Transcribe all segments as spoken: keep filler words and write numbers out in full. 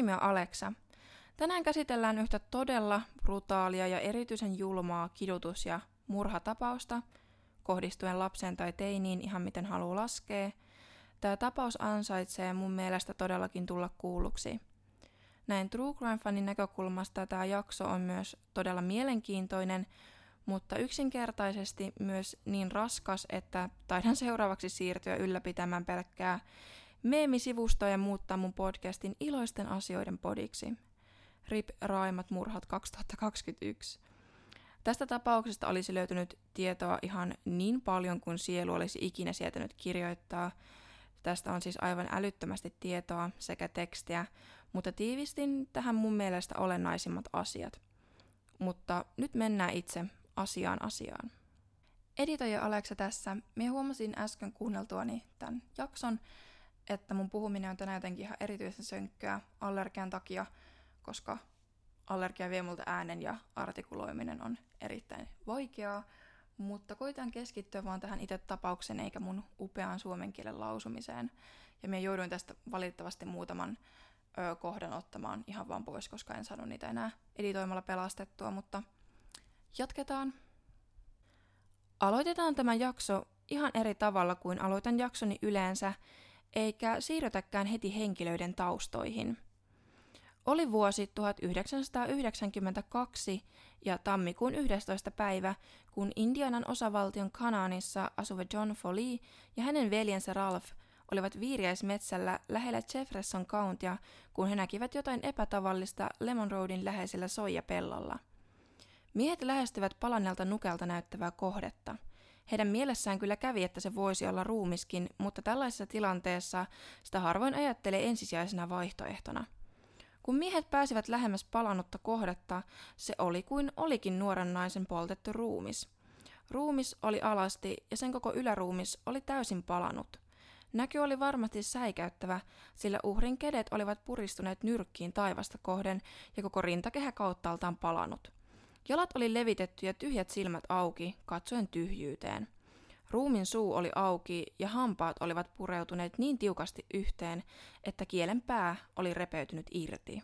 nimi on Alexa. Tänään käsitellään yhtä todella brutaalia ja erityisen julmaa kidutus- ja murhatapausta, kohdistuen lapseen tai teiniin ihan miten haluaa laskea. Tämä tapaus ansaitsee mun mielestä todellakin tulla kuulluksi. Näin True Crime-fanin näkökulmasta tämä jakso on myös todella mielenkiintoinen, mutta yksinkertaisesti myös niin raskas, että taidan seuraavaksi siirtyä ylläpitämään pelkkää meemisivustoa ja muuttaa mun podcastin iloisten asioiden podiksi. R I P Raimat murhat kaksituhattakaksikymmentäyksi. Tästä tapauksesta olisi löytynyt tietoa ihan niin paljon kuin sielu olisi ikinä sietänyt kirjoittaa. Tästä on siis aivan älyttömästi tietoa sekä tekstiä, mutta tiivistin tähän mun mielestä olennaisimmat asiat. Mutta nyt mennään itse asiaan asiaan. Editoija Alexa tässä. Minä huomasin äsken kuunneltuani tämän jakson, että mun puhuminen on tänään jotenkin ihan erityisen sönkköä allergian takia, koska allergia vie multa äänen ja artikuloiminen on erittäin vaikeaa, mutta koitan keskittyä vaan tähän itse tapaukseen eikä mun upeaan suomen kielen lausumiseen. Ja minä jouduin tästä valitettavasti muutaman ö, kohdan ottamaan ihan vaan pois, koska en saanut niitä enää editoimalla pelastettua, mutta jatketaan. Aloitetaan tämä jakso ihan eri tavalla kuin aloitan jaksoni yleensä, eikä siirrytäkään heti henkilöiden taustoihin. Oli vuosi tuhatyhdeksänsataayhdeksänkymmentäkaksi ja tammikuun yhdestoista päivä, kun Indianan osavaltion Kanaanissa asuva John Foley ja hänen veljensä Ralph olivat viiriäismetsällä lähellä Jefferson Countya, kun he näkivät jotain epätavallista Lemon Roadin läheisellä soijapellolla. Miehet lähestyvät palanneelta nukelta näyttävää kohdetta. Heidän mielessään kyllä kävi, että se voisi olla ruumiskin, mutta tällaisessa tilanteessa sitä harvoin ajattelee ensisijaisena vaihtoehtona. Kun miehet pääsivät lähemmäs palannutta kohdetta, se oli kuin olikin nuoren naisen poltettu ruumis. Ruumis oli alasti ja sen koko yläruumis oli täysin palanut. Näky oli varmasti säikäyttävä, sillä uhrin kädet olivat puristuneet nyrkkiin taivasta kohden ja koko rintakehä kauttaaltaan palanut. Jalat oli levitetty ja tyhjät silmät auki, katsoen tyhjyyteen. Ruumin suu oli auki ja hampaat olivat pureutuneet niin tiukasti yhteen, että kielen pää oli repeytynyt irti.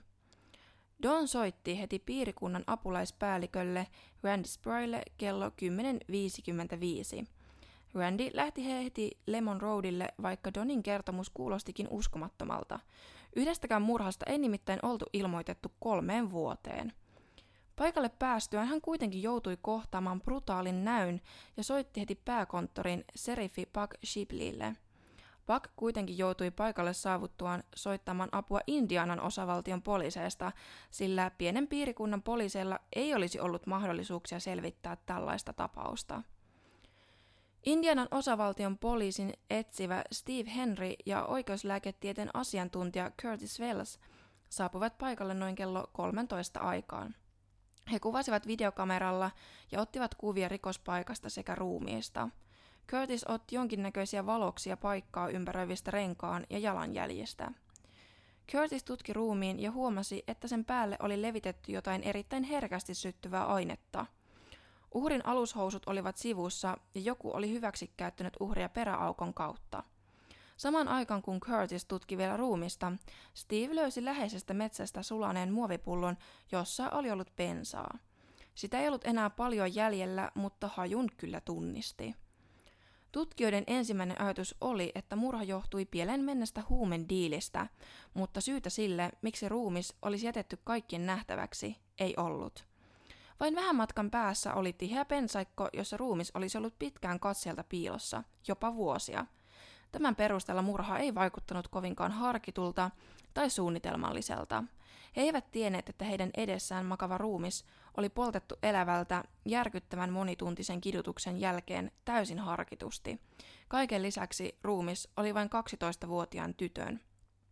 Don soitti heti piirikunnan apulaispäällikölle Randy Spraylle kello kymmenen viisikymmentäviisi. Randy lähti heti Lemon Roadille, vaikka Donin kertomus kuulostikin uskomattomalta. Yhdestäkään murhasta ei nimittäin oltu ilmoitettu kolmeen vuoteen. Paikalle päästyään hän kuitenkin joutui kohtaamaan brutaalin näyn ja soitti heti pääkonttorin seriffi Buck Shipleylle. Buck kuitenkin joutui paikalle saavuttuaan soittamaan apua Indianan osavaltion poliiseista, sillä pienen piirikunnan poliiseilla ei olisi ollut mahdollisuuksia selvittää tällaista tapausta. Indianan osavaltion poliisin etsivä Steve Henry ja oikeuslääketieteen asiantuntija Curtis Wells saapuivat paikalle noin kello kolmetoista aikaan. He kuvasivat videokameralla ja ottivat kuvia rikospaikasta sekä ruumiista. Curtis otti jonkinnäköisiä valoksia paikkaa ympäröivistä renkaan ja jalanjäljistä. Curtis tutki ruumiin ja huomasi, että sen päälle oli levitetty jotain erittäin herkästi syttyvää ainetta. Uhrin alushousut olivat sivussa ja joku oli hyväksikäyttänyt uhria peräaukon kautta. Samaan aikaan kun Curtis tutki vielä ruumista, Steve löysi läheisestä metsästä sulaneen muovipullon, jossa oli ollut bensaa. Sitä ei ollut enää paljon jäljellä, mutta hajun kyllä tunnisti. Tutkijoiden ensimmäinen ajatus oli, että murha johtui pieleen mennestä huumendiilistä, mutta syytä sille, miksi ruumis olisi jätetty kaikkien nähtäväksi, ei ollut. Vain vähän matkan päässä oli tiheä pensaikko, jossa ruumis olisi ollut pitkään katseelta piilossa, jopa vuosia. Tämän perusteella murha ei vaikuttanut kovinkaan harkitulta tai suunnitelmalliselta. He eivät tienneet, että heidän edessään makava ruumis oli poltettu elävältä järkyttävän monituntisen kidutuksen jälkeen täysin harkitusti. Kaiken lisäksi ruumis oli vain kaksitoistavuotiaan tytön.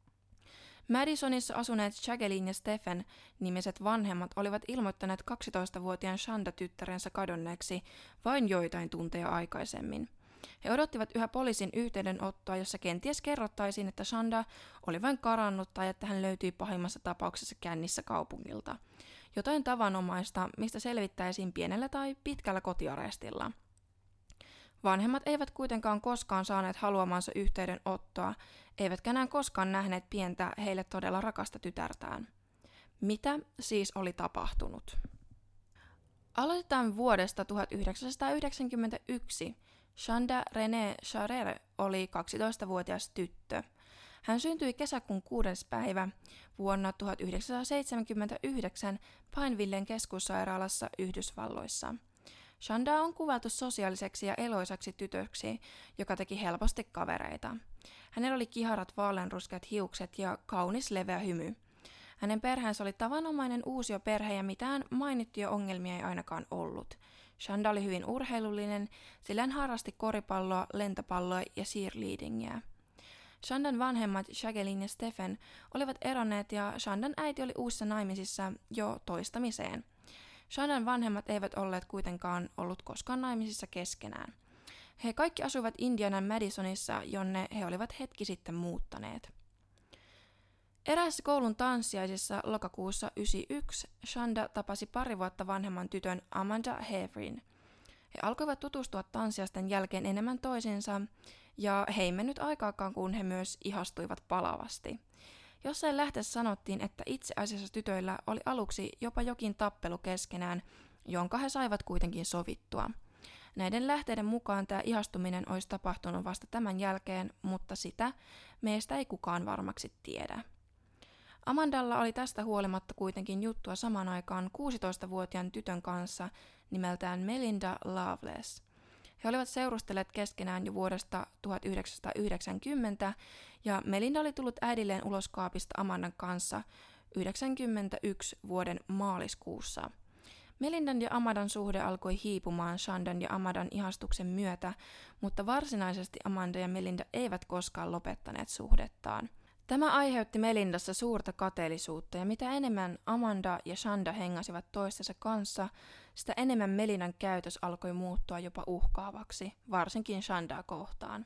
Madisonissa asuneet Jacqueline ja Stephen nimiset vanhemmat olivat ilmoittaneet kaksitoistavuotiaan Shanda-tyttärensä kadonneeksi vain joitain tunteja aikaisemmin. He odottivat yhä poliisin yhteydenottoa, jossa kenties kerrottaisiin, että Shanda oli vain karannut tai että hän löytyi pahimmassa tapauksessa kännissä kaupungilta. Jotain tavanomaista, mistä selvittäisiin pienellä tai pitkällä kotiarestilla. Vanhemmat eivät kuitenkaan koskaan saaneet haluamansa yhteydenottoa, eivätkä enää koskaan nähneet pientä heille todella rakasta tytärtään. Mitä siis oli tapahtunut? Aloitetaan vuodesta tuhatyhdeksänsataayhdeksänkymmentäyksi. Chanda Renee Charrer oli kaksitoistavuotias tyttö. Hän syntyi kesäkuun kuudes päivä vuonna tuhatyhdeksänsataaseitsemänkymmentäyhdeksän Pinevillen keskussairaalassa Yhdysvalloissa. Chanda on kuvailtu sosiaaliseksi ja eloisaksi tytöksi, joka teki helposti kavereita. Hänellä oli kiharat vaaleanruskeat hiukset ja kaunis leveä hymy. Hänen perheensä oli tavanomainen uusioperhe ja mitään mainittuja ongelmia ei ainakaan ollut. Chanda oli hyvin urheilullinen, sillä hän harrasti koripalloa, lentopalloa ja cheerleadingia. Chandan vanhemmat Jacqueline ja Stephen olivat eronneet ja Chandan äiti oli uusissa naimisissa jo toistamiseen. Chandan vanhemmat eivät olleet kuitenkaan ollut koskaan naimisissa keskenään. He kaikki asuivat Indianan Madisonissa, jonne he olivat hetki sitten muuttaneet. Eräässä koulun tanssiaisissa lokakuussa yhdeksänkymmentäyksi Chanda tapasi pari vuotta vanhemman tytön Amanda Haverin. He alkoivat tutustua tanssiaisten jälkeen enemmän toisiinsa, ja he ei mennyt aikaakaan, kun he myös ihastuivat palavasti. Jossain lähteessä sanottiin, että itse asiassa tytöillä oli aluksi jopa jokin tappelu keskenään, jonka he saivat kuitenkin sovittua. Näiden lähteiden mukaan tämä ihastuminen olisi tapahtunut vasta tämän jälkeen, mutta sitä meistä ei kukaan varmaksi tiedä. Amandalla oli tästä huolimatta kuitenkin juttua samaan aikaan kuusitoistavuotiaan tytön kanssa nimeltään Melinda Loveless. He olivat seurustelleet keskenään jo vuodesta tuhatyhdeksänsataayhdeksänkymmentä ja Melinda oli tullut äidilleen ulos kaapista Amandan kanssa yhdeksänkymmentäyksi vuoden maaliskuussa. Melindan ja Amandan suhde alkoi hiipumaan Chandan ja Amandan ihastuksen myötä, mutta varsinaisesti Amanda ja Melinda eivät koskaan lopettaneet suhdettaan. Tämä aiheutti Melindassa suurta kateellisuutta ja mitä enemmän Amanda ja Chanda hengasivat toistensa kanssa, sitä enemmän Melindan käytös alkoi muuttua jopa uhkaavaksi, varsinkin Chandaa kohtaan.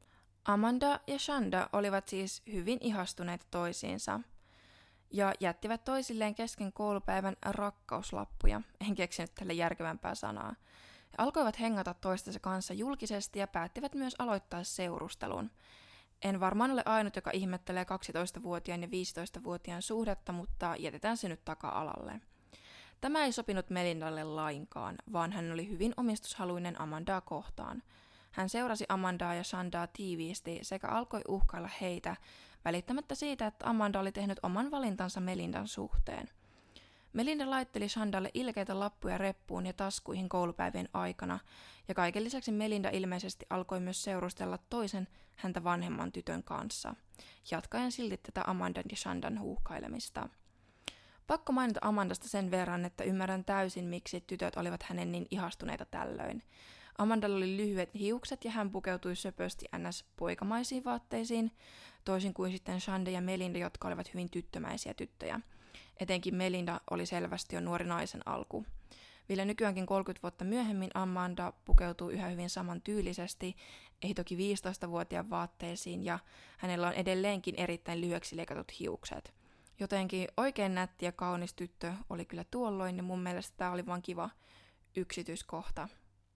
Amanda ja Chanda olivat siis hyvin ihastuneita toisiinsa ja jättivät toisilleen kesken koulupäivän rakkauslappuja, en keksinyt tälle järkevämpää sanaa. He alkoivat hengata toistensa kanssa julkisesti ja päättivät myös aloittaa seurustelun. En varmaan ole ainut, joka ihmettelee kaksitoistavuotiaan ja viisitoistavuotiaan suhdetta, mutta jätetään se nyt taka-alalle. Tämä ei sopinut Melindalle lainkaan, vaan hän oli hyvin omistushaluinen Amandaa kohtaan. Hän seurasi Amandaa ja Chandaa tiiviisti sekä alkoi uhkailla heitä, välittämättä siitä, että Amanda oli tehnyt oman valintansa Melindan suhteen. Melinda laitteli Chandalle ilkeitä lappuja reppuun ja taskuihin koulupäivien aikana, ja kaiken lisäksi Melinda ilmeisesti alkoi myös seurustella toisen häntä vanhemman tytön kanssa, jatkaen silti tätä Amandan ja Chandan huuhkailemista. Pakko mainita Amandasta sen verran, että ymmärrän täysin, miksi tytöt olivat hänen niin ihastuneita tällöin. Amandalla oli lyhyet hiukset ja hän pukeutui söpösti ns. Poikamaisiin vaatteisiin, toisin kuin sitten Chanda ja Melinda, jotka olivat hyvin tyttömäisiä tyttöjä. Etenkin Melinda oli selvästi jo nuori naisen alku. Vielä nykyäänkin kolmekymmentä vuotta myöhemmin Amanda pukeutuu yhä hyvin samantyylisesti, ei toki viisitoistavuotiaan vaatteisiin, ja hänellä on edelleenkin erittäin lyhyeksi leikatut hiukset. Jotenkin oikein nätti ja kaunis tyttö oli kyllä tuolloin, ja mun mielestä tämä oli vaan kiva yksityiskohta.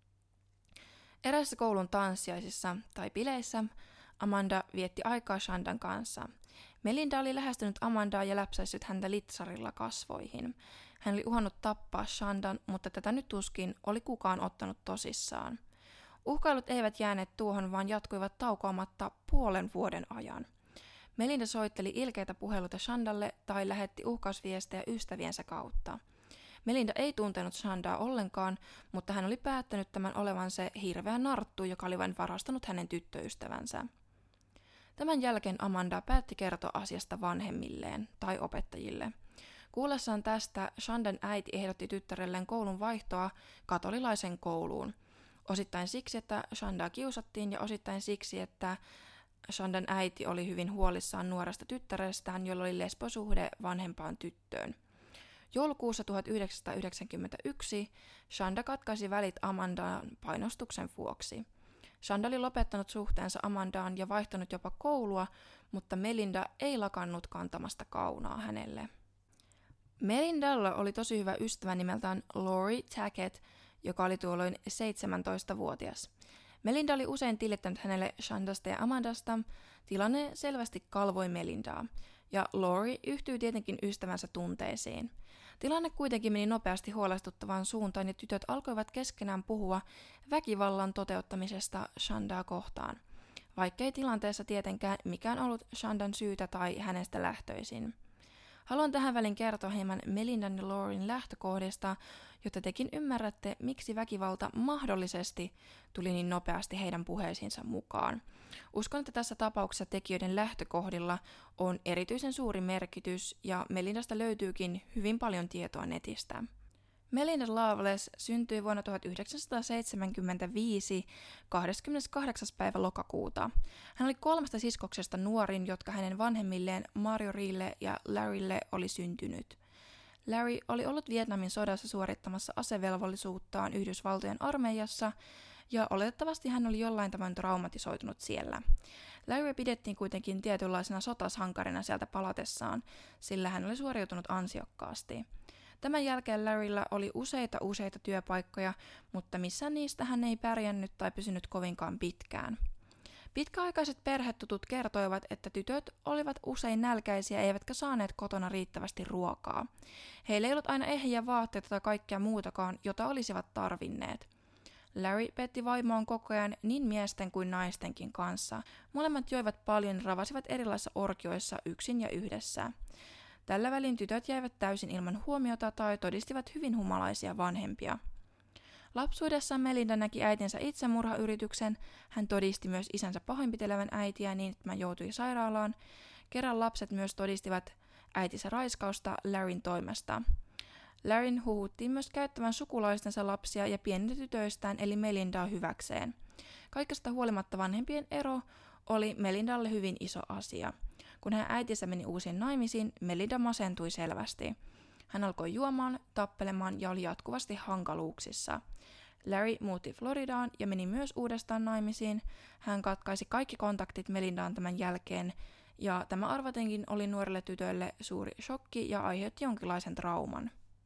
Eräissä koulun tanssiaisissa tai bileissä Amanda vietti aikaa Chandan kanssa. Melinda oli lähestynyt Amandaa ja läpsäissyt häntä litsarilla kasvoihin. Hän oli uhannut tappaa Chandan, mutta tätä nyt tuskin oli kukaan ottanut tosissaan. Uhkailut eivät jääneet tuohon, vaan jatkuivat taukoamatta puolen vuoden ajan. Melinda soitteli ilkeitä puheluita Chandalle tai lähetti uhkausviestejä ystäviensä kautta. Melinda ei tuntenut Chandaa ollenkaan, mutta hän oli päättänyt tämän olevan se hirveä narttu, joka oli vain varastanut hänen tyttöystävänsä. Tämän jälkeen Amanda päätti kertoa asiasta vanhemmilleen tai opettajille. Kuullessaan tästä Chandan äiti ehdotti tyttärelleen koulun vaihtoa katolilaisen kouluun. Osittain siksi, että Chandaa kiusattiin ja osittain siksi, että Chandan äiti oli hyvin huolissaan nuoresta tyttärestään, jolla oli lesbosuhde vanhempaan tyttöön. Joulukuussa tuhatyhdeksänsataayhdeksänkymmentäyksi Chanda katkaisi välit Amandaan painostuksen vuoksi. Chanda oli lopettanut suhteensa Amandaan ja vaihtanut jopa koulua, mutta Melinda ei lakannut kantamasta kaunaa hänelle. Melindalla oli tosi hyvä ystävä nimeltään Laurie Tackett, joka oli tuolloin seitsemäntoistavuotias. Melinda oli usein tilittänyt hänelle Shandasta ja Amandasta. Tilanne selvästi kalvoi Melindaa, ja Laurie yhtyi tietenkin ystävänsä tunteisiin. Tilanne kuitenkin meni nopeasti huolestuttavaan suuntaan, ja tytöt alkoivat keskenään puhua väkivallan toteuttamisesta Shandaa kohtaan, vaikkei tilanteessa tietenkään mikään ollut Shandan syytä tai hänestä lähtöisin. Haluan tähän väliin kertoa hieman Melindan ja Laurien lähtökohdista, jotta tekin ymmärrätte, miksi väkivalta mahdollisesti tuli niin nopeasti heidän puheisiinsa mukaan. Uskon, että tässä tapauksessa tekijöiden lähtökohdilla on erityisen suuri merkitys, ja Melindasta löytyykin hyvin paljon tietoa netistä. Melinda Loveless syntyi vuonna tuhatyhdeksänsataaseitsemänkymmentäviisi kahdeskymmeneskahdeksas päivä lokakuuta. Hän oli kolmesta siskoksesta nuorin, jotka hänen vanhemmilleen Marjorille ja Larrylle oli syntynyt. Larry oli ollut Vietnamin sodassa suorittamassa asevelvollisuuttaan Yhdysvaltojen armeijassa, ja oletettavasti hän oli jollain tavoin traumatisoitunut siellä. Larry pidettiin kuitenkin tietynlaisena sotasankarina sieltä palatessaan, sillä hän oli suoriutunut ansiokkaasti. Tämän jälkeen Larrylla oli useita useita työpaikkoja, mutta missään niistä hän ei pärjännyt tai pysynyt kovinkaan pitkään. Pitkäaikaiset perhetutut kertoivat, että tytöt olivat usein nälkäisiä eivätkä saaneet kotona riittävästi ruokaa. Heillä ei ollut aina ehjiä vaatteita tai kaikkea muutakaan, jota olisivat tarvinneet. Larry petti vaimoaan koko ajan niin miesten kuin naistenkin kanssa. Molemmat joivat paljon ja ravasivat erilaisissa orgioissa yksin ja yhdessä. Tällä välin tytöt jäivät täysin ilman huomiota tai todistivat hyvin humalaisia vanhempia. Lapsuudessaan Melinda näki äitinsä itsemurhayrityksen. Hän todisti myös isänsä pahoinpitelevän äitiä niin, että hän joutui sairaalaan. Kerran lapset myös todistivat äitinsä raiskausta Larryn toimesta. Larryn huhuttiin myös käyttävän sukulaistensa lapsia ja pienistä tytöistään eli Melindaa hyväkseen. Kaikesta huolimatta vanhempien ero oli Melindalle hyvin iso asia. Kun hän äitinsä meni uusiin naimisiin, Melinda masentui selvästi. Hän alkoi juomaan, tappelemaan ja oli jatkuvasti hankaluuksissa. Larry muutti Floridaan ja meni myös uudestaan naimisiin. Hän katkaisi kaikki kontaktit Melindaan tämän jälkeen, ja tämä arvatenkin oli nuorille tytöille suuri shokki ja aiheutti jonkinlaisen trauman.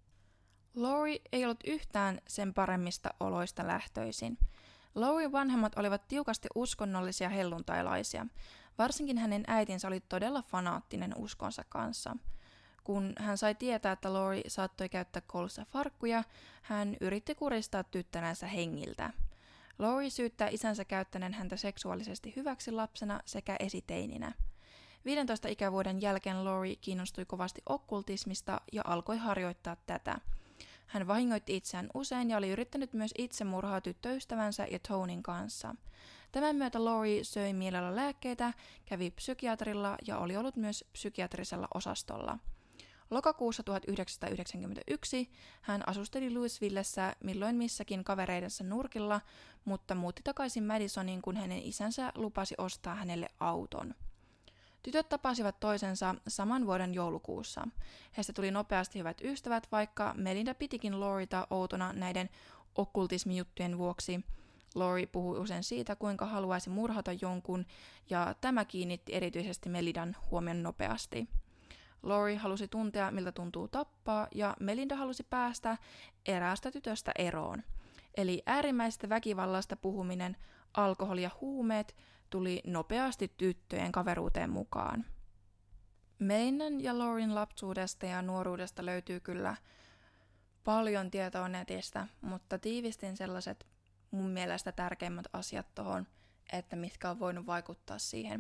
Laurie ei ollut yhtään sen paremmista oloista lähtöisin. Laurien vanhemmat olivat tiukasti uskonnollisia helluntailaisia. Varsinkin hänen äitinsä oli todella fanaattinen uskonsa kanssa. Kun hän sai tietää, että Laurie saattoi käyttää koulussa farkkuja, hän yritti kuristaa tyttäränsä hengiltä. Laurie syyttää isänsä käyttäneen häntä seksuaalisesti hyväksi lapsena sekä esiteininä. viidentoista ikävuoden jälkeen Laurie kiinnostui kovasti okkultismista ja alkoi harjoittaa tätä. Hän vahingoitti itseään usein ja oli yrittänyt myös itsemurhaa tyttöystävänsä ja Tonin kanssa. Tämän myötä Laurie söi mielellä lääkkeitä, kävi psykiatrilla ja oli ollut myös psykiatrisella osastolla. Lokakuussa tuhatyhdeksänsataayhdeksänkymmentäyksi hän asusteli Louisvillessä milloin missäkin kavereidensa nurkilla, mutta muutti takaisin Madisoniin, kun hänen isänsä lupasi ostaa hänelle auton. Tytöt tapasivat toisensa saman vuoden joulukuussa. Heistä tuli nopeasti hyvät ystävät, vaikka Melinda pitikin Laurieta outona näiden okkultismijuttujen vuoksi. Laurie puhui usein siitä, kuinka haluaisi murhata jonkun, ja tämä kiinnitti erityisesti Melindan huomion nopeasti. Laurie halusi tuntea, miltä tuntuu tappaa, ja Melinda halusi päästä eräästä tytöstä eroon. Eli äärimmäisestä väkivallasta puhuminen, alkoholi ja huumeet tuli nopeasti tyttöjen kaveruuteen mukaan. Melindan ja Laurien lapsuudesta ja nuoruudesta löytyy kyllä paljon tietoa netistä, mutta tiivistin sellaiset mun mielestä tärkeimmät asiat tuohon, että mitkä on voinut vaikuttaa siihen,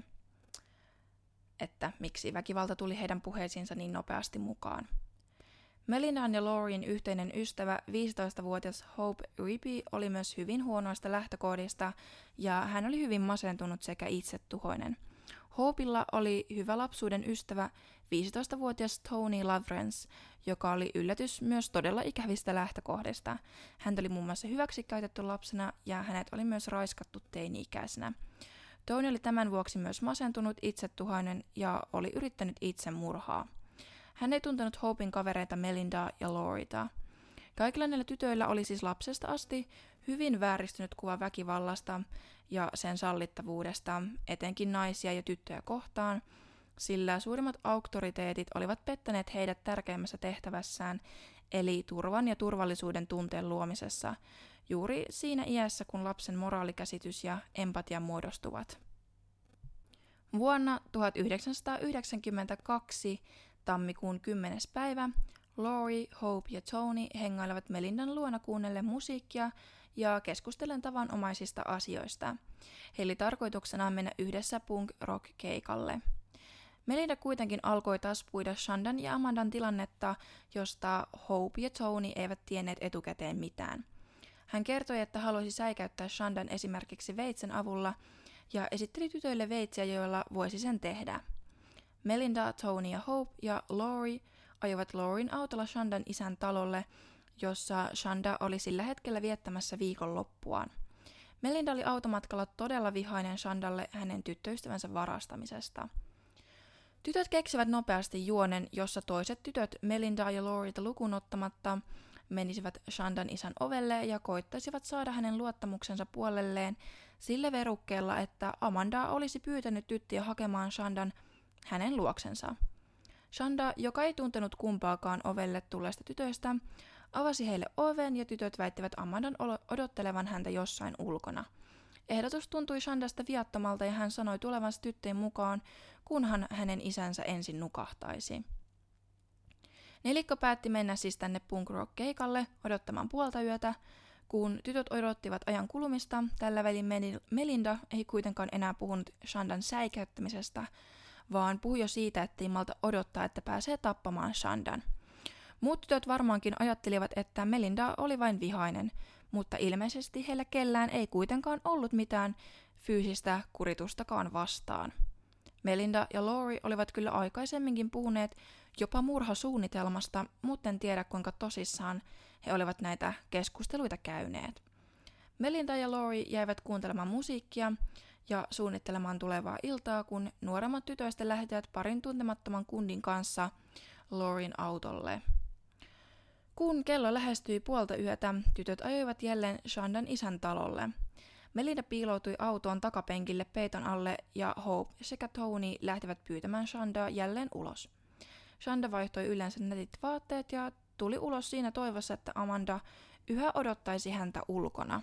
että miksi väkivalta tuli heidän puheisiinsa niin nopeasti mukaan. Melindan ja Laurien yhteinen ystävä, viisitoistavuotias Hope Rippey, oli myös hyvin huonoista lähtökohdista ja hän oli hyvin masentunut sekä itsetuhoinen. Hopella oli hyvä lapsuuden ystävä, viisitoistavuotias Tony Lawrence, joka oli yllätys myös todella ikävistä lähtökohdista. Hän oli muun muassa hyväksikäytetty lapsena ja hänet oli myös raiskattu teini-ikäisenä. Tony oli tämän vuoksi myös masentunut, itsetuhoinen ja oli yrittänyt itsemurhaa. Hän ei tuntenut Hopen kavereita Melindaa ja Laurieta. Kaikilla näillä tytöillä oli siis lapsesta asti hyvin vääristynyt kuva väkivallasta ja sen sallittavuudesta, etenkin naisia ja tyttöjä kohtaan, sillä suurimmat auktoriteetit olivat pettäneet heidät tärkeimmässä tehtävässään, eli turvan ja turvallisuuden tunteen luomisessa, juuri siinä iässä, kun lapsen moraalikäsitys ja empatia muodostuvat. Vuonna tuhatyhdeksänsataayhdeksänkymmentäkaksi tammikuun kymmenes päivä Laurie, Hope ja Tony hengailevat Melindan luona kuunnellen musiikkia ja keskustellen tavanomaisista asioista. Heillä oli tarkoituksena mennä yhdessä punk-rock-keikalle. Melinda kuitenkin alkoi taas puida Shandan ja Amandan tilannetta, josta Hope ja Tony eivät tienneet etukäteen mitään. Hän kertoi, että haluaisi säikäyttää Shandan esimerkiksi veitsen avulla ja esitteli tytöille veitsiä, joilla voisi sen tehdä. Melinda, Tony ja Hope ja Laurie ajoivat Laurien autolla Shandan isän talolle, jossa Shanda oli sillä hetkellä viettämässä viikonloppuaan. Melinda oli automatkalla todella vihainen Shandalle hänen tyttöystävänsä varastamisesta. Tytöt keksivät nopeasti juonen, jossa toiset tytöt, Melinda ja Laurieta lukuun ottamatta, menisivät Shandan isän ovelle ja koittaisivat saada hänen luottamuksensa puolelleen sillä verukkeella, että Amanda olisi pyytänyt tyttöjä hakemaan Shandan hänen luoksensa. Shanda, joka ei tuntenut kumpaakaan ovelle tulleista tytöistä, avasi heille oven ja tytöt väittivät Amandan odottelevan häntä jossain ulkona. Ehdotus tuntui Shandasta viattomalta ja hän sanoi tulevansa tyttöjen mukaan, kunhan hänen isänsä ensin nukahtaisi. Nelikko päätti mennä siis tänne punk rock keikalle odottamaan puolta yötä. Kun tytöt odottivat ajan kulumista, tällä välin Melinda ei kuitenkaan enää puhunut Shandan säikäyttämisestä, vaan puhui jo siitä, ettei malta odottaa, että pääsee tappamaan Shandan. Muut tytöt varmaankin ajattelivat, että Melinda oli vain vihainen, mutta ilmeisesti heillä kellään ei kuitenkaan ollut mitään fyysistä kuritustakaan vastaan. Melinda ja Laurie olivat kyllä aikaisemminkin puhuneet jopa murhasuunnitelmasta, mutta en tiedä kuinka tosissaan he olivat näitä keskusteluita käyneet. Melinda ja Laurie jäivät kuuntelemaan musiikkia ja suunnittelemaan tulevaa iltaa, kun nuoremmat tytöistä lähtivät parin tuntemattoman kundin kanssa Laurien autolle. Kun kello lähestyi puolta yötä, tytöt ajoivat jälleen Shandan isän talolle. Melinda piiloutui autoon takapenkille peiton alle ja Hope sekä Tony lähtivät pyytämään Shandaa jälleen ulos. Shanda vaihtoi yleensä netit vaatteet ja tuli ulos siinä toivossa, että Amanda yhä odottaisi häntä ulkona.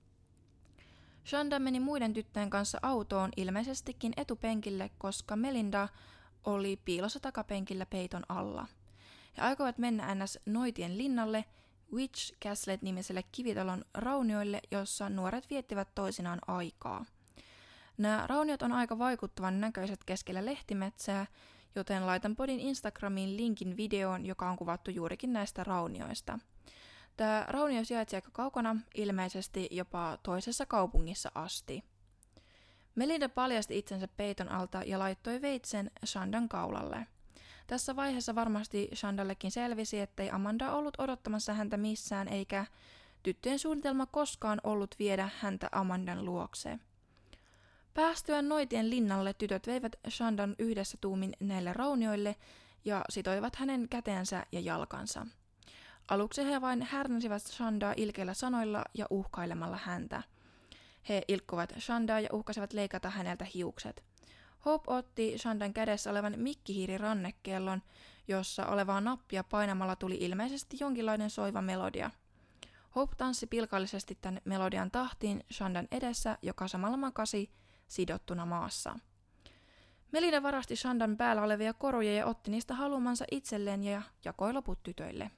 Shanda meni muiden tyttöjen kanssa autoon ilmeisestikin etupenkille, koska Melinda oli piilossa takapenkillä peiton alla. He aikoivat mennä ns. Noitien linnalle Witch Castle-nimiselle kivitalon raunioille, jossa nuoret viettivät toisinaan aikaa. Nämä rauniot on aika vaikuttavan näköiset keskellä lehtimetsää, joten laitan podin Instagramiin linkin videoon, joka on kuvattu juurikin näistä raunioista. Tämä raunio sijaitsi aika kaukana, ilmeisesti jopa toisessa kaupungissa asti. Melinda paljasti itsensä peiton alta ja laittoi veitsen Shandan kaulalle. Tässä vaiheessa varmasti Shandallekin selvisi, ettei Amanda ollut odottamassa häntä missään, eikä tyttöjen suunnitelma koskaan ollut viedä häntä Amandan luokse. Päästyään Noitien linnalle tytöt veivät Shandan yhdessä tuumin näille raunioille ja sitoivat hänen käteensä ja jalkansa. Aluksi he vain härnäsivät Shandaa ilkeillä sanoilla ja uhkailemalla häntä. He ilkkuvat Shandaa ja uhkasivat leikata häneltä hiukset. Hope otti Shandan kädessä olevan mikkihiirirannekellon, jossa olevaa nappia painamalla tuli ilmeisesti jonkinlainen soiva melodia. Hope tanssi pilkallisesti tämän melodian tahtiin Shandan edessä, joka samalla makasi sidottuna maassa. Melinda varasti Shandan päällä olevia koruja ja otti niistä haluamansa itselleen ja jakoi loput tytöille.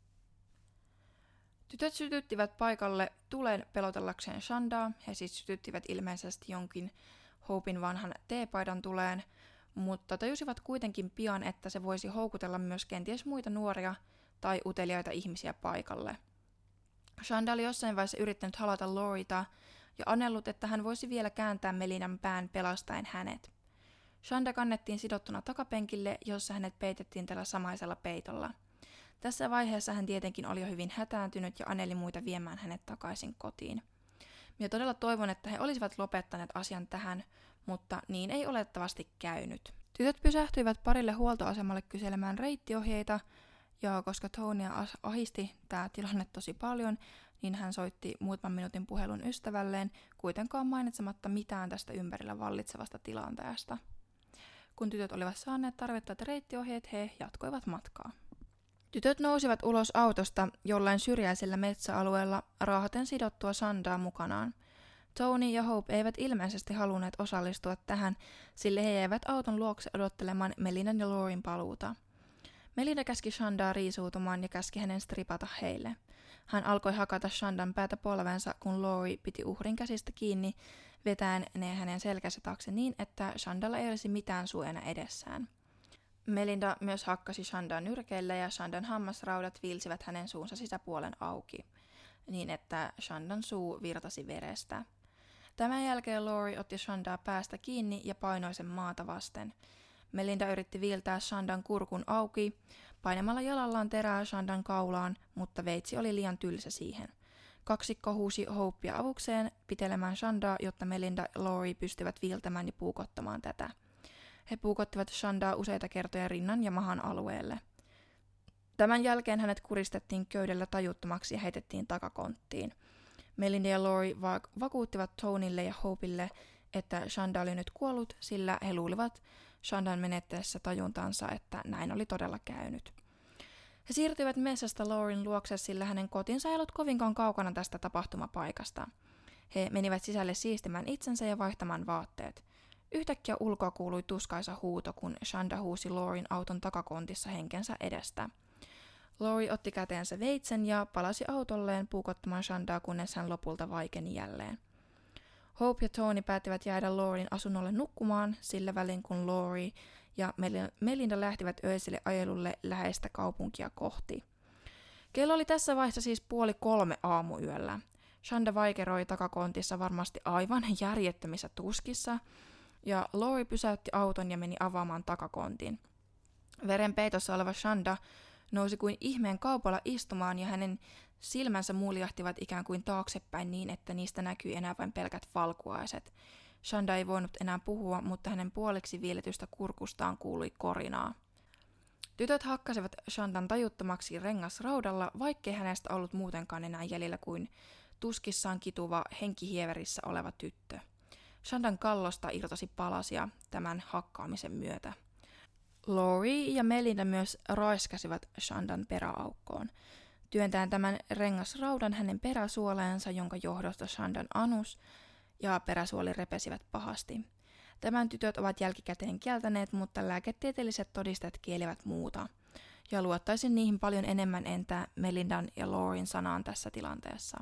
Tytöt sytyttivät paikalle tulen pelotellakseen Shandaa. He siis sytyttivät ilmeisesti jonkin Hopein vanhan teepaidan tuleen, mutta tajusivat kuitenkin pian, että se voisi houkutella myös kenties muita nuoria tai uteliaita ihmisiä paikalle. Shanda oli jossain vaiheessa yrittänyt halata Laurieta ja anellut, että hän voisi vielä kääntää Melindan pään pelastaen hänet. Shanda kannettiin sidottuna takapenkille, jossa hänet peitettiin tällä samaisella peitolla. Tässä vaiheessa hän tietenkin oli jo hyvin hätääntynyt ja aneli muita viemään hänet takaisin kotiin. Minä todella toivon, että he olisivat lopettaneet asian tähän, mutta niin ei olettavasti käynyt. Tytöt pysähtyivät parille huoltoasemalle kyselemään reittiohjeita, ja koska Tonya ahisti tämä tilanne tosi paljon, niin hän soitti muutaman minuutin puhelun ystävälleen, kuitenkaan mainitsematta mitään tästä ympärillä vallitsevasta tilanteesta. Kun tytöt olivat saaneet tarvittavat reittiohjeet, he jatkoivat matkaa. Tytöt nousivat ulos autosta jollain syrjäisellä metsäalueella raahaten sidottua Shandaa mukanaan. Tony ja Hope eivät ilmeisesti halunneet osallistua tähän, sillä he jäivät auton luokse odottelemaan Melindan ja Laurin paluuta. Melinda käski Shandaa riisuutumaan ja käski hänen stripata heille. Hän alkoi hakata Shandan päätä polvensa, kun Laurie piti uhrin käsistä kiinni, vetäen ne hänen selkänsä taakse niin, että Shandalla ei olisi mitään suojana edessään. Melinda myös hakkasi Shandaa nyrkeille ja Shandan hammasraudat viilsivät hänen suunsa sisäpuolen auki, niin että Shandan suu virtasi verestä. Tämän jälkeen Laurie otti Shandaa päästä kiinni ja painoi sen maata vasten. Melinda yritti viiltää Shandan kurkun auki, painamalla jalallaan terää Shandan kaulaan, mutta veitsi oli liian tylsä siihen. Kaksikko huusi Hopea avukseen pitelemään Shandaa, jotta Melinda ja Laurie pystyvät viiltämään ja puukottamaan tätä. He puukottivat Shandaa useita kertoja rinnan ja mahan alueelle. Tämän jälkeen hänet kuristettiin köydellä tajuttomaksi ja heitettiin takakonttiin. Melinda ja Laurie va- vakuuttivat Tonylle ja Hopelle, että Shanda oli nyt kuollut, sillä he luulivat Shandan menettäessä tajuntansa, että näin oli todella käynyt. He siirtyivät metsästä Laurien luokse, sillä hänen kotinsa ei ollut kovinkaan kaukana tästä tapahtumapaikasta. He menivät sisälle siistimään itsensä ja vaihtamaan vaatteet. Yhtäkkiä ulkoa kuului tuskaisa huuto, kun Shanda huusi Laurien auton takakontissa henkensä edestä. Laurie otti käteensä veitsen ja palasi autolleen puukottamaan Shandaa, kunnes hän lopulta vaikeni jälleen. Hope ja Tony päättivät jäädä Laurien asunnolle nukkumaan sillä välin, kun Laurie ja Melinda lähtivät öiselle ajelulle läheistä kaupunkia kohti. Kello oli tässä vaiheessa siis puoli kolme aamuyöllä. Shanda vaikeroi takakontissa varmasti aivan järjettömissä tuskissa, ja Laurie pysäytti auton ja meni avaamaan takakontin. Verenpeitossa oleva Shanda nousi kuin ihmeen kaupalla istumaan ja hänen silmänsä muljahtivat ikään kuin taaksepäin niin, että niistä näkyi enää vain pelkät valkuaiset. Shanda ei voinut enää puhua, mutta hänen puoliksi viiletystä kurkustaan kuului korinaa. Tytöt hakkasivat Shandan tajuttomaksi rengasraudalla, vaikkei hänestä ollut muutenkaan enää jäljellä kuin tuskissaan kituva henkihieverissä oleva tyttö. Shandan kallosta irtosi palasia tämän hakkaamisen myötä. Laurie ja Melinda myös raiskasivat Shandan peräaukkoon, työntäen tämän rengasraudan hänen peräsuoleensa, jonka johdosta Shandan anus ja peräsuoli repesivät pahasti. Tämän tytöt ovat jälkikäteen kieltäneet, mutta lääketieteelliset todisteet kielivät muuta, ja luottaisin niihin paljon enemmän entä Melindan ja Laurien sanaan tässä tilanteessa.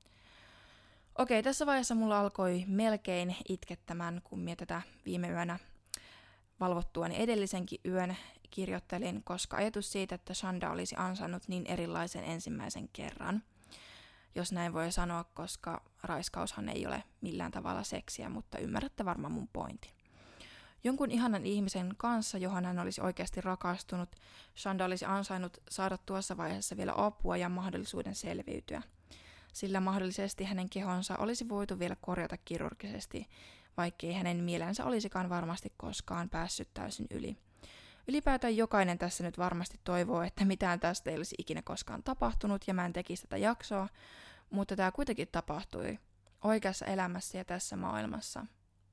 Okei, tässä vaiheessa mulla alkoi melkein itkettämään, kun minä tätä viime yönä valvottuani edellisenkin yön kirjoittelin, koska ajatus siitä, että Shanda olisi ansainnut niin erilaisen ensimmäisen kerran, jos näin voi sanoa, koska raiskaushan ei ole millään tavalla seksiä, mutta ymmärrätte varmaan mun pointin. Jonkun ihanan ihmisen kanssa, johon hän olisi oikeasti rakastunut, Shanda olisi ansainnut saada tuossa vaiheessa vielä apua ja mahdollisuuden selviytyä, sillä mahdollisesti hänen kehonsa olisi voitu vielä korjata kirurgisesti, vaikkei hänen mielensä olisikaan varmasti koskaan päässyt täysin yli. Ylipäätään jokainen tässä nyt varmasti toivoo, että mitään tästä ei olisi ikinä koskaan tapahtunut ja mä en tekisi tätä jaksoa, mutta tämä kuitenkin tapahtui oikeassa elämässä ja tässä maailmassa.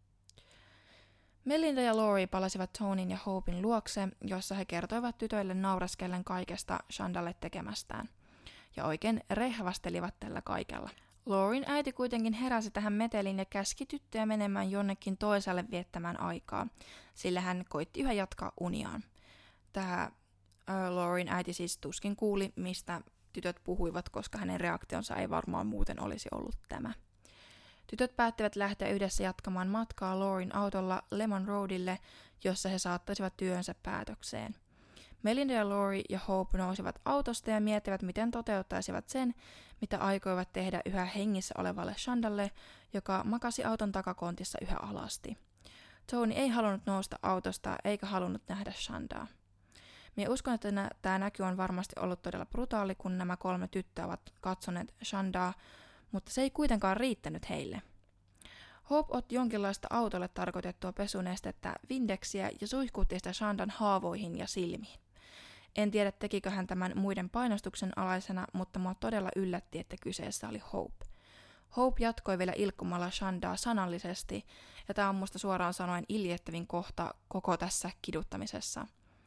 Melinda ja Laurie palasivat Tonin ja Hopen luokse, jossa he kertoivat tytöille nauraskellen kaikesta Shandalle tekemästään, ja oikein rehvastelivat tällä kaikella. Laurien äiti kuitenkin heräsi tähän meteliin ja käski tyttöjä menemään jonnekin toiselle viettämään aikaa, sillä hän koitti yhä jatkaa uniaan. Tämä äh, Laurien äiti siis tuskin kuuli, mistä tytöt puhuivat, koska hänen reaktionsa ei varmaan muuten olisi ollut tämä. Tytöt päättivät lähteä yhdessä jatkamaan matkaa Laurien autolla Lemon Roadille, jossa he saattaisivat työnsä päätökseen. Melinda ja Laurie ja Hope nousivat autosta ja miettivät, miten toteuttaisivat sen, mitä aikoivat tehdä yhä hengissä olevalle Shandalle, joka makasi auton takakontissa yhä alasti. Tony ei halunnut nousta autosta eikä halunnut nähdä Shandaa. Minä uskon, että nä- tämä näky on varmasti ollut todella brutaali, kun nämä kolme tyttöä ovat katsoneet Shandaa, mutta se ei kuitenkaan riittänyt heille. Hope otti jonkinlaista autolle tarkoitettua pesunestettä Vindexiä ja suihkutti sitä Shandan haavoihin ja silmiin. En tiedä, tekikö hän tämän muiden painostuksen alaisena, mutta mua todella yllätti, että kyseessä oli Hope. Hope jatkoi vielä ilkkumalla Shandaa sanallisesti, ja tämä on musta suoraan sanoen iljettävin kohta koko tässä kiduttamisessa.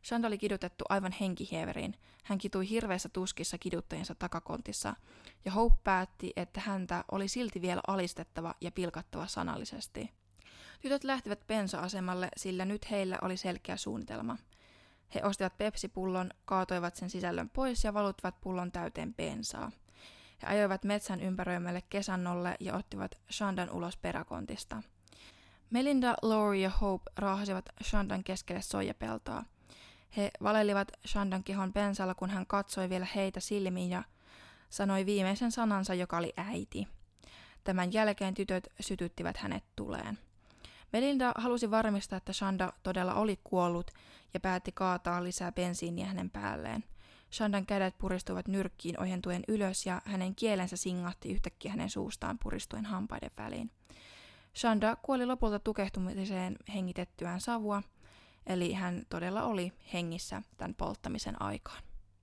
Shanda oli kidutettu aivan henkihieveriin. Hän kitui hirveässä tuskissa kiduttajiensa takakontissa, ja Hope päätti, että häntä oli silti vielä alistettava ja pilkattava sanallisesti. Tytöt lähtivät bensa-asemalle, sillä nyt heillä oli selkeä suunnitelma. He ostivat Pepsi-pullon, kaatoivat sen sisällön pois ja valuttivat pullon täyteen bensaa. He ajoivat metsän ympäröimälle kesannolle ja ottivat Shandan ulos peräkontista. Melinda, Laurie ja Hope raahasivat Shandan keskelle soijapeltoa. He valelivat Shandan kehon bensalla, kun hän katsoi vielä heitä silmiin ja sanoi viimeisen sanansa, joka oli äiti. Tämän jälkeen tytöt sytyttivät hänet tuleen. Melinda halusi varmistaa, että Shanda todella oli kuollut ja päätti kaataa lisää bensiiniä hänen päälleen. Shandan kädet puristuivat nyrkkiin ohentuen ylös ja hänen kielensä singahti yhtäkkiä hänen suustaan puristuen hampaiden väliin. Shanda kuoli lopulta tukehtumiseen hengitettyään savua, eli hän todella oli hengissä tämän polttamisen aikaan.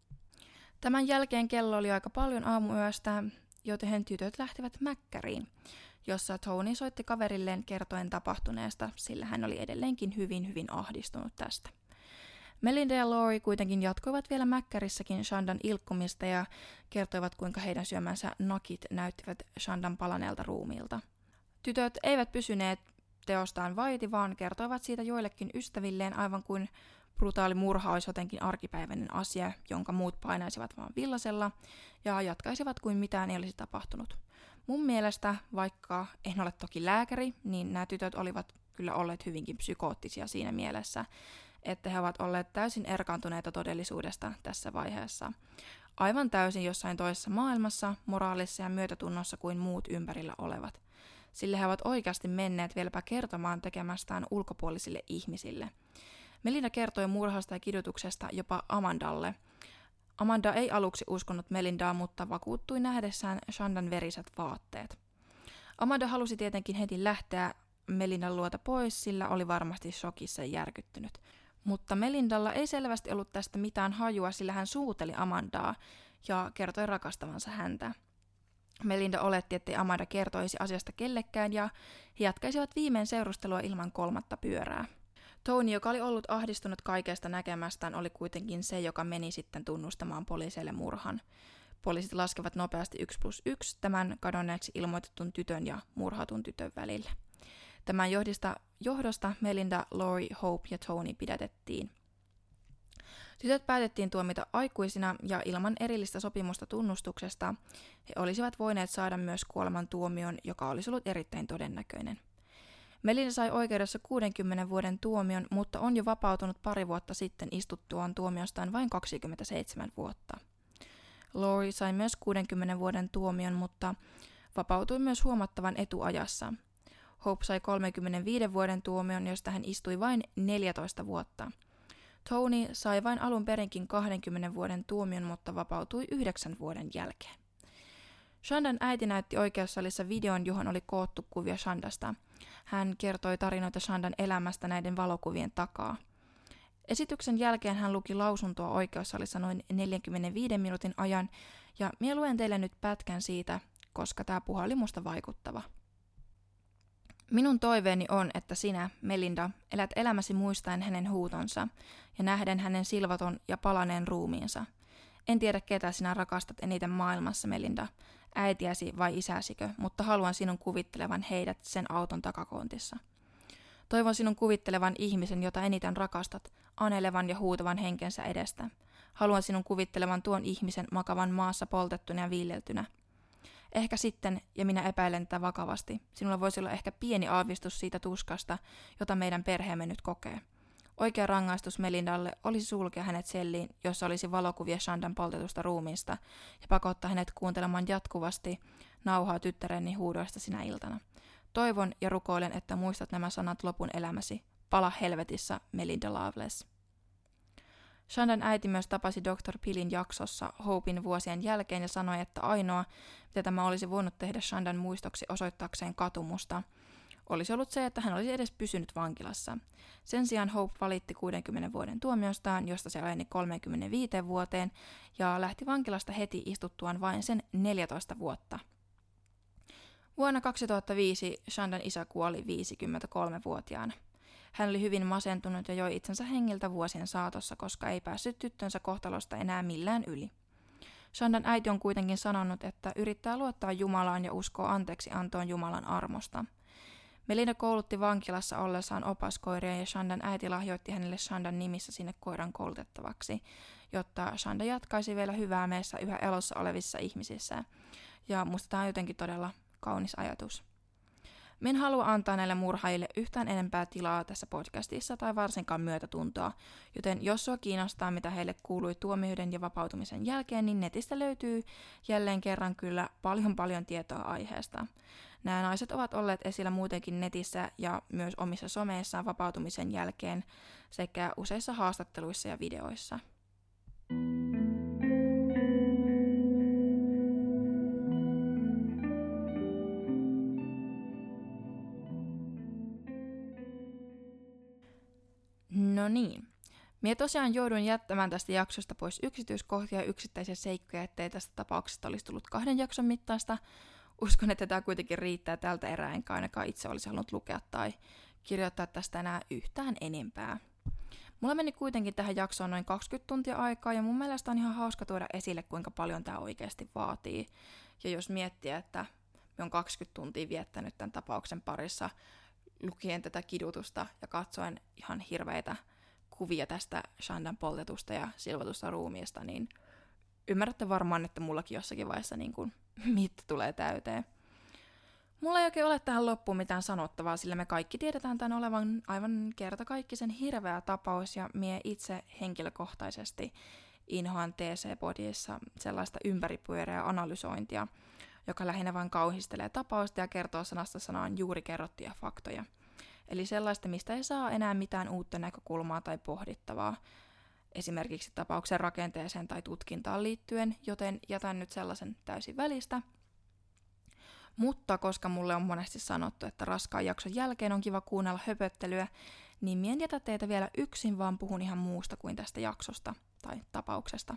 Tämän jälkeen kello oli aika paljon aamuyöstä, joten tytöt lähtivät mäkkäriin, jossa Tony soitti kaverilleen kertoen tapahtuneesta, sillä hän oli edelleenkin hyvin hyvin ahdistunut tästä. Melinda ja Laurie kuitenkin jatkoivat vielä mäkkärissäkin Shandan ilkkumista ja kertoivat, kuinka heidän syömänsä nakit näyttivät Shandan palaneelta ruumiilta. Tytöt eivät pysyneet teostaan vaiti, vaan kertoivat siitä joillekin ystävilleen aivan kuin brutaali murha olisi jotenkin arkipäiväinen asia, jonka muut painaisivat vaan villasella ja jatkaisivat kuin mitään ei olisi tapahtunut. Mun mielestä, vaikka en ole toki lääkäri, niin nämä tytöt olivat kyllä olleet hyvinkin psykoottisia siinä mielessä, että he ovat olleet täysin erkaantuneita todellisuudesta tässä vaiheessa. Aivan täysin jossain toisessa maailmassa, moraalissa ja myötätunnossa kuin muut ympärillä olevat. Sillä he ovat oikeasti menneet vieläpä kertomaan tekemästään ulkopuolisille ihmisille. Melinda kertoi murhasta ja kidutuksesta jopa Amandalle. Amanda ei aluksi uskonut Melindaa, mutta vakuuttui nähdessään Shandan veriset vaatteet. Amanda halusi tietenkin heti lähteä Melindan luota pois, sillä oli varmasti shokissa ja järkyttynyt. Mutta Melindalla ei selvästi ollut tästä mitään hajua, sillä hän suuteli Amandaa ja kertoi rakastavansa häntä. Melinda oletti, ettei Amanda kertoisi asiasta kellekään ja he jatkaisivat viimein seurustelua ilman kolmatta pyörää. Tony, joka oli ollut ahdistunut kaikesta näkemästään, oli kuitenkin se, joka meni sitten tunnustamaan poliiseille murhan. Poliisit laskevat nopeasti yksi plus yksi tämän kadonneeksi ilmoitetun tytön ja murhatun tytön välille. Tämän johdosta, johdosta Melinda, Laurie, Hope ja Tony pidätettiin. Tytöt päätettiin tuomita aikuisina ja ilman erillistä sopimusta tunnustuksesta he olisivat voineet saada myös kuolemantuomion, joka olisi ollut erittäin todennäköinen. Melinda sai oikeudessa kuudenkymmenen vuoden tuomion, mutta on jo vapautunut pari vuotta sitten istuttuaan tuomiostaan vain kaksikymmentäseitsemän vuotta. Laurie sai myös kuudenkymmenen vuoden tuomion, mutta vapautui myös huomattavan etuajassa. Hope sai kolmekymmentäviiden vuoden tuomion, josta hän istui vain neljätoista vuotta. Tony sai vain alun perinkin kahdenkymmenen vuoden tuomion, mutta vapautui yhdeksän vuoden jälkeen. Shandan äiti näytti oikeussalissa videon, johon oli koottu kuvia Shandasta. Hän kertoi tarinoita Shandan elämästä näiden valokuvien takaa. Esityksen jälkeen hän luki lausuntoa oikeussalissa noin neljänkymmenenviiden minuutin ajan, ja minä luen teille nyt pätkän siitä, koska tämä puhe oli musta vaikuttava. Minun toiveeni on, että sinä, Melinda, elät elämäsi muistaen hänen huutonsa ja nähden hänen silvaton ja palaneen ruumiinsa. En tiedä, ketä sinä rakastat eniten maailmassa, Melinda, äitiäsi vai isäsikö, mutta haluan sinun kuvittelevan heidät sen auton takakontissa. Toivon sinun kuvittelevan ihmisen, jota eniten rakastat, anelevan ja huutavan henkensä edestä. Haluan sinun kuvittelevan tuon ihmisen makavan maassa poltettuna ja viileltynä. Ehkä sitten, ja minä epäilen tätä vakavasti, sinulla voisi olla ehkä pieni aavistus siitä tuskasta, jota meidän perheemme nyt kokee. Oikea rangaistus Melindalle olisi sulkea hänet selliin, jossa olisi valokuvia Shandan poltetusta ruumiista, ja pakottaa hänet kuuntelemaan jatkuvasti nauhaa tyttäreni huudoista sinä iltana. Toivon ja rukoilen, että muistat nämä sanat lopun elämäsi. Pala helvetissä, Melinda Loveless. Shandan äiti myös tapasi doktor Pillin jaksossa Hopein vuosien jälkeen ja sanoi, että ainoa, mitä tämä olisi voinut tehdä Shandan muistoksi osoittaakseen katumusta, olisi ollut se, että hän olisi edes pysynyt vankilassa. Sen sijaan Hope valitti kuudenkymmenen vuoden tuomiostaan, josta se aleni kolmeenkymmeneenviiteen vuoteen, ja lähti vankilasta heti istuttuaan vain sen neljätoista vuotta. Vuonna kaksituhattaviisi Shandan isä kuoli viisikymmentäkolmevuotiaana. Hän oli hyvin masentunut ja joi itsensä hengiltä vuosien saatossa, koska ei päässyt tyttönsä kohtalosta enää millään yli. Shandan äiti on kuitenkin sanonut, että yrittää luottaa Jumalaan ja uskoo anteeksi antoon Jumalan armosta. Melinda koulutti vankilassa ollessaan opaskoiria ja Shandan äiti lahjoitti hänelle Shandan nimissä sinne koiran koulutettavaksi, jotta Shanda jatkaisi vielä hyvää meissä yhä elossa olevissa ihmisissä. Ja musta tämä on jotenkin todella kaunis ajatus. Mä en halua antaa näille murhaajille yhtään enempää tilaa tässä podcastissa tai varsinkaan myötätuntoa, joten jos sua kiinnostaa, mitä heille kuului tuomioiden ja vapautumisen jälkeen, niin netistä löytyy jälleen kerran kyllä paljon paljon tietoa aiheesta. Nämä naiset ovat olleet esillä muutenkin netissä ja myös omissa someissaan vapautumisen jälkeen sekä useissa haastatteluissa ja videoissa. No niin. Mie tosiaan joudun jättämään tästä jaksosta pois yksityiskohtia ja yksittäisiä seikkoja, ettei tästä tapauksesta olisi tullut kahden jakson mittaista. Uskon, että tämä kuitenkin riittää tältä erää, enkä ainakaan itse olisi halunnut lukea tai kirjoittaa tästä enää yhtään enempää. Mulla meni kuitenkin tähän jaksoon noin kaksikymmentä tuntia aikaa, ja mun mielestä on ihan hauska tuoda esille, kuinka paljon tämä oikeasti vaatii. Ja jos miettii, että me on kaksikymmentä tuntia viettänyt tämän tapauksen parissa, lukien tätä kidutusta ja katsoen ihan hirveitä kuvia tästä Shandan poltetusta ja silvotusta ruumiista, niin ymmärrätte varmaan, että mullakin jossakin vaiheessa niin kuin mitta tulee täyteen. Mulla ei oikein ole tähän loppuun mitään sanottavaa, sillä me kaikki tiedetään tämän olevan aivan kertakaikkisen hirveä tapaus, ja mie itse henkilökohtaisesti inhoan T C-podissa sellaista ympäripyöreää analysointia, joka lähinnä vain kauhistelee tapausta ja kertoo sanasta sanaan juuri kerrottuja faktoja. Eli sellaista, mistä ei saa enää mitään uutta näkökulmaa tai pohdittavaa, esimerkiksi tapauksen rakenteeseen tai tutkintaan liittyen, joten jätän nyt sellaisen täysin välistä. Mutta koska mulle on monesti sanottu, että raskaan jakson jälkeen on kiva kuunnella höpöttelyä, niin mie en jätä teitä vielä yksin, vaan puhun ihan muusta kuin tästä jaksosta tai tapauksesta.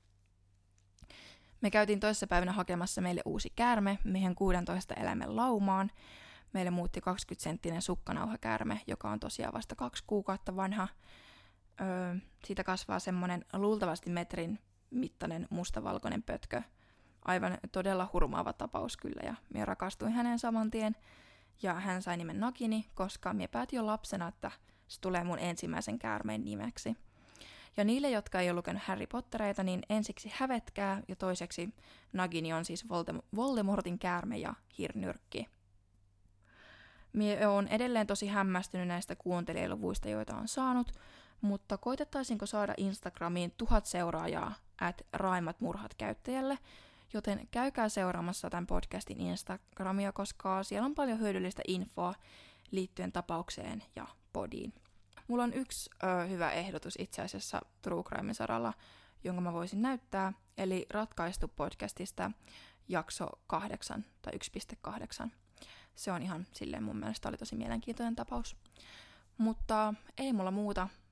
Me käytiin toisessa päivänä hakemassa meille uusi käärme meidän kuudentoista eläimen laumaan. Meille muutti kaksikymmentä senttinen sukkanauhakäärme, joka on tosiaan vasta kaksi kuukautta vanha. Öö, siitä kasvaa semmoinen luultavasti metrin mittainen mustavalkoinen pötkö. Aivan todella hurmaava tapaus kyllä, ja minä rakastuin häneen saman tien. Ja hän sai nimen Nagini, koska minä päätin jo lapsena, että se tulee mun ensimmäisen käärmeen nimeksi. Ja niille, jotka ei ole lukenut Harry Pottereita, niin ensiksi hävetkää, ja toiseksi Nagini on siis Voldemortin käärme ja hirnyrkki. Mie oon edelleen tosi hämmästynyt näistä kuuntelijaluvuista, joita on saanut, mutta koitettaisinko saada Instagramiin tuhat seuraajaa at raimat murhat käyttäjälle, joten käykää seuraamassa tämän podcastin Instagramia, koska siellä on paljon hyödyllistä infoa liittyen tapaukseen ja podiin. Mulla on yksi ö, hyvä ehdotus itse asiassa True Crimen saralla, jonka mä voisin näyttää, eli Ratkaistu podcastista jakso kahdeksan tai yksi pilkku kahdeksan. Se on ihan silleen mun mielestä oli tosi mielenkiintoinen tapaus. Mutta ei mulla muuta.